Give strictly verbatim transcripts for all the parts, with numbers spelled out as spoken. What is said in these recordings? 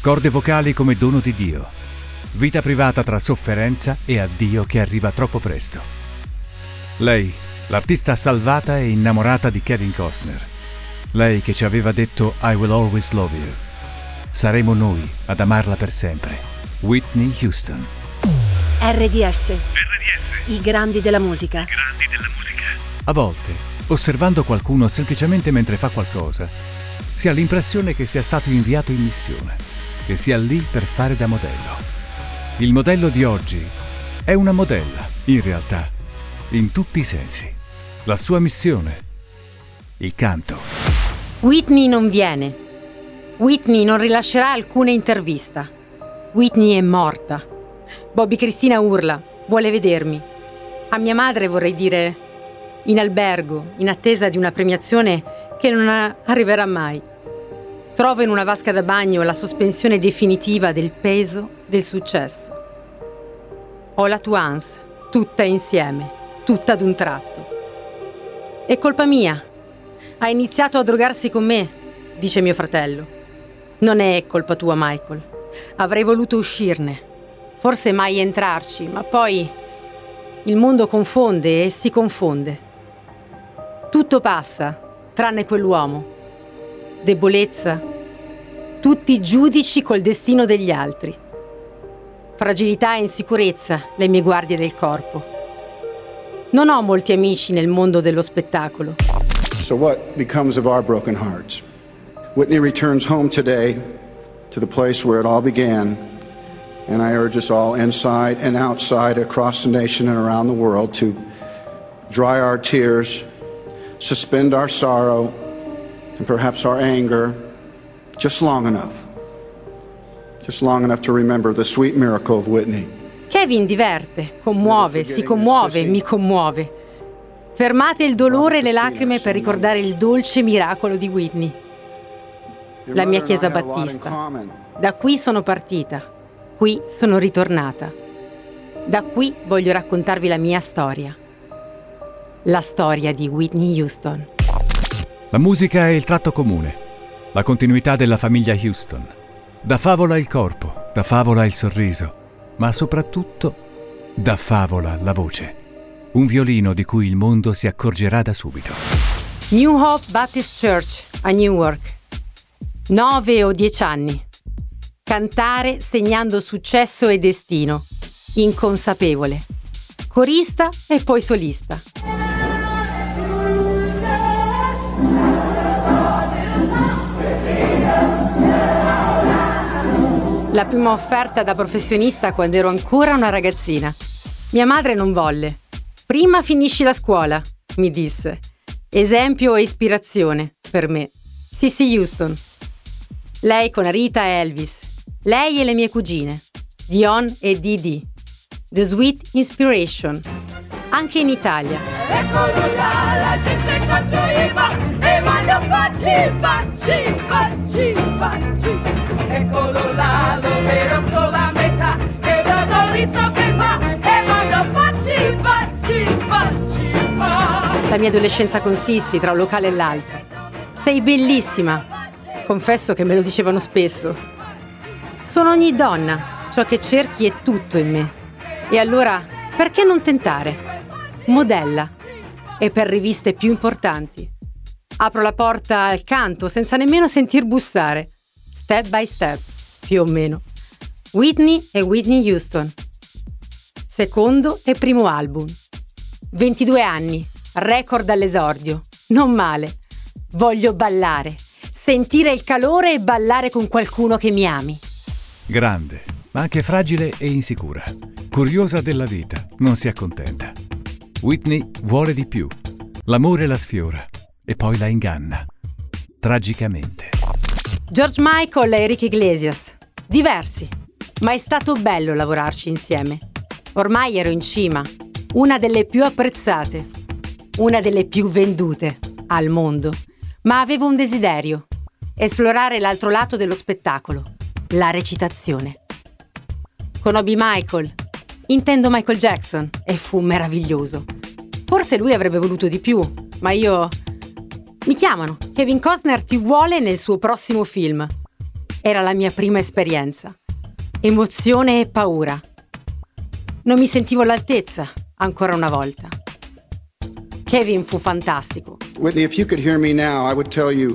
corde vocali come dono di Dio, vita privata tra sofferenza e addio che arriva troppo presto. Lei, l'artista salvata e innamorata di Kevin Costner. Lei che ci aveva detto I will always love you. Saremo noi ad amarla per sempre. Whitney Houston. R D S. R D S. I grandi della musica. I grandi della musica. A volte, osservando qualcuno semplicemente mentre fa qualcosa, si ha l'impressione che sia stato inviato in missione, che sia lì per fare da modello. Il modello di oggi è una modella, in realtà, in tutti i sensi. La sua missione, il canto. Whitney non viene. Whitney non rilascerà alcuna intervista. Whitney è morta. Bobby Cristina urla, vuole vedermi. A mia madre vorrei dire in albergo, in attesa di una premiazione che non arriverà mai. Trovo in una vasca da bagno la sospensione definitiva del peso del successo. Ho la Tuance, tutta insieme, tutta ad un tratto. È colpa mia. Ha iniziato a drogarsi con me, dice mio fratello. Non è colpa tua, Michael. Avrei voluto uscirne. Forse mai entrarci, ma poi il mondo confonde e si confonde. Tutto passa, tranne quell'uomo. Debolezza, tutti giudici col destino degli altri. Fragilità e insicurezza, le mie guardie del corpo. Non ho molti amici nel mondo dello spettacolo. So what becomes of our broken hearts? Whitney returns home today to the place where it all began. And I urge us all inside and outside across the nation and around the world to dry our tears, suspend our sorrow, and perhaps our anger, just long enough. Just long enough to remember the sweet miracle of Whitney. Kevin diverte, commuove, si commuove, mi commuove. Fermate il dolore e le lacrime per ricordare il dolce miracolo di Whitney. La mia chiesa battista. Da qui sono partita. Qui sono ritornata. Da qui voglio raccontarvi la mia storia. La storia di Whitney Houston. La musica è il tratto comune, la continuità della famiglia Houston. Da favola il corpo, da favola il sorriso, ma soprattutto da favola la voce. Un violino di cui il mondo si accorgerà da subito. New Hope Baptist Church a Newark. Nove o dieci anni. Cantare segnando successo e destino, inconsapevole. Corista e poi solista. La prima offerta da professionista quando ero ancora una ragazzina. Mia madre non volle. Prima finisci la scuola, mi disse. Esempio e ispirazione per me. Cissy Houston. Lei con Rita e Elvis. Lei e le mie cugine, Dion e Didi. The Sweet Inspiration. Anche in Italia. Eccolo là, la gente faceva e manda baci, baci, baci, baci. Eccolo là, dove ero sola metà e da sorriso che fa e manda baci, baci, baci, baci. La mia adolescenza con Sissy tra un locale e l'altro. Sei bellissima. Confesso che me lo dicevano spesso. Sono ogni donna, ciò che cerchi è tutto in me. E allora, perché non tentare? Modella. E per riviste più importanti. Apro la porta al canto senza nemmeno sentir bussare. Step by step, più o meno. Whitney e Whitney Houston. Secondo e primo album. ventidue anni, record all'esordio. Non male. Voglio ballare, sentire il calore e ballare con qualcuno che mi ami. Grande, ma anche fragile e insicura. Curiosa della vita, non si accontenta. Whitney vuole di più. L'amore la sfiora e poi la inganna. Tragicamente. George Michael e Enrique Iglesias. Diversi, ma è stato bello lavorarci insieme. Ormai ero in cima. Una delle più apprezzate. Una delle più vendute al mondo. Ma avevo un desiderio. Esplorare l'altro lato dello spettacolo. La recitazione. Conobbi Michael, intendo Michael Jackson, e fu meraviglioso. Forse lui avrebbe voluto di più, ma io... Mi chiamano, Kevin Costner ti vuole nel suo prossimo film. Era la mia prima esperienza. Emozione e paura. Non mi sentivo all'altezza, ancora una volta. Kevin fu fantastico. Whitney, if you could hear me now, I would tell you,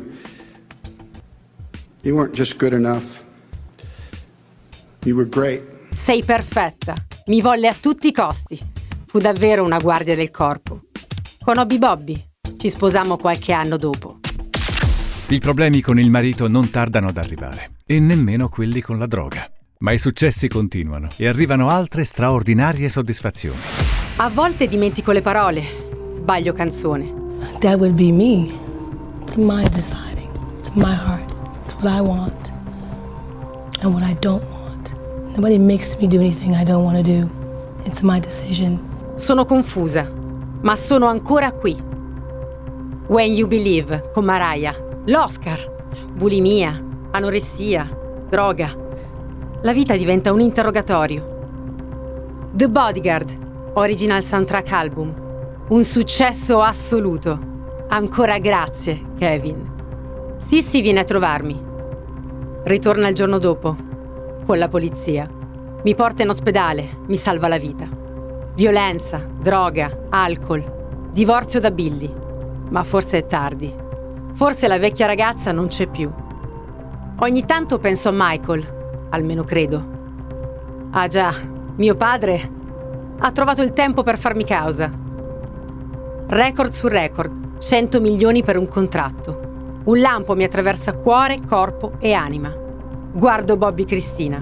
you weren't just good enough. You were great. Sei perfetta. Mi volle a tutti i costi. Fu davvero una guardia del corpo. Conobbi Bobby. Ci sposammo qualche anno dopo. I problemi con il marito non tardano ad arrivare, e nemmeno quelli con la droga. Ma i successi continuano e arrivano altre straordinarie soddisfazioni. A volte dimentico le parole. Sbaglio canzone. That would be me. It's my deciding. It's my heart. It's what I want and what I don't want. Nobody makes me do anything I don't want to do. It's my decision. Sono confusa, ma sono ancora qui. When You Believe con Mariah. L'Oscar. Bulimia, anoressia, droga. La vita diventa un interrogatorio. The Bodyguard, original soundtrack album. Un successo assoluto. Ancora grazie, Kevin. Sissi viene a trovarmi. Ritorna il giorno dopo, con la polizia. Mi porta in ospedale, mi salva la vita. Violenza, droga, alcol, divorzio da Billy. Ma forse è tardi. Forse la vecchia ragazza non c'è più. Ogni tanto penso a Michael, almeno credo. Ah già, mio padre ha trovato il tempo per farmi causa. Record su record, cento milioni per un contratto. Un lampo mi attraversa cuore, corpo e anima. Guardo Bobby Cristina.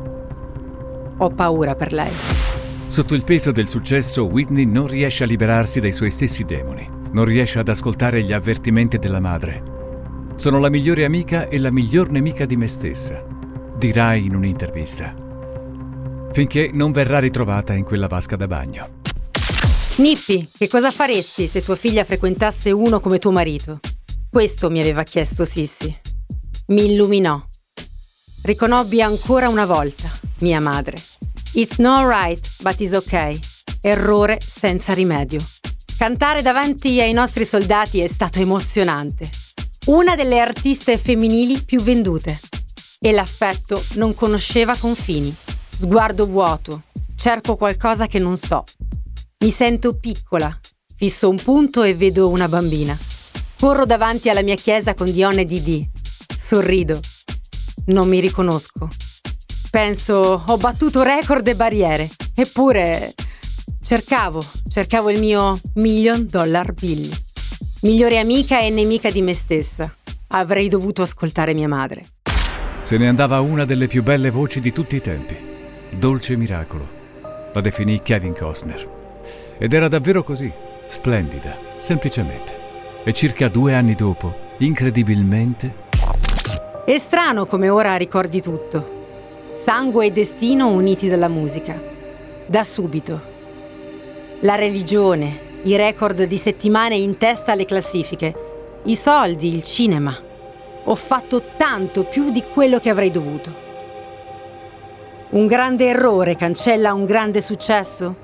Ho paura per lei. Sotto il peso del successo, Whitney non riesce a liberarsi dai suoi stessi demoni. Non riesce ad ascoltare gli avvertimenti della madre. Sono la migliore amica e la miglior nemica di me stessa, dirà in un'intervista. Finché non verrà ritrovata in quella vasca da bagno. Nippy, che cosa faresti se tua figlia frequentasse uno come tuo marito? Questo mi aveva chiesto Sissi. Mi illuminò. Riconobbi ancora una volta mia madre. It's not right, but it's okay. Errore senza rimedio. Cantare davanti ai nostri soldati è stato emozionante. Una delle artiste femminili più vendute. E l'affetto non conosceva confini. Sguardo vuoto. Cerco qualcosa che non so. Mi sento piccola, fisso un punto e vedo una bambina. Corro davanti alla mia chiesa con Dion e Didi. Sorrido. Non mi riconosco. Penso, ho battuto record e barriere. Eppure, cercavo, cercavo il mio million dollar bill. Migliore amica e nemica di me stessa. Avrei dovuto ascoltare mia madre. Se ne andava una delle più belle voci di tutti i tempi. Dolce miracolo. La definì Kevin Costner. Ed era davvero così, splendida, semplicemente. E circa due anni dopo, incredibilmente... È strano come ora ricordi tutto. Sangue e destino uniti dalla musica. Da subito. La religione, i record di settimane in testa alle classifiche, i soldi, il cinema. Ho fatto tanto più di quello che avrei dovuto. Un grande errore cancella un grande successo?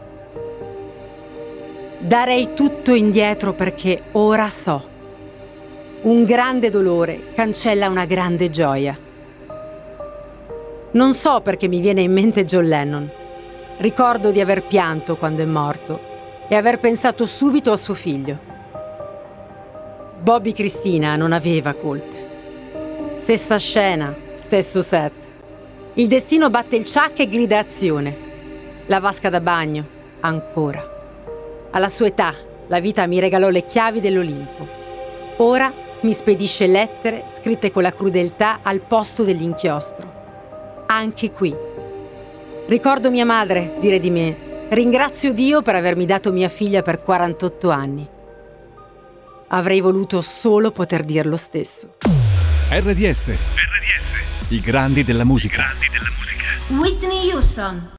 Darei tutto indietro perché ora so. Un grande dolore cancella una grande gioia. Non so perché mi viene in mente John Lennon. Ricordo di aver pianto quando è morto e aver pensato subito a suo figlio. Bobby Cristina non aveva colpe. Stessa scena, stesso set. Il destino batte il ciak e grida azione. La vasca da bagno, ancora. Alla sua età, la vita mi regalò le chiavi dell'Olimpo. Ora mi spedisce lettere scritte con la crudeltà al posto dell'inchiostro. Anche qui. Ricordo mia madre dire di me: ringrazio Dio per avermi dato mia figlia per quarantotto anni. Avrei voluto solo poter dir lo stesso. R D S. R D S. I grandi della musica. I grandi della musica. Whitney Houston.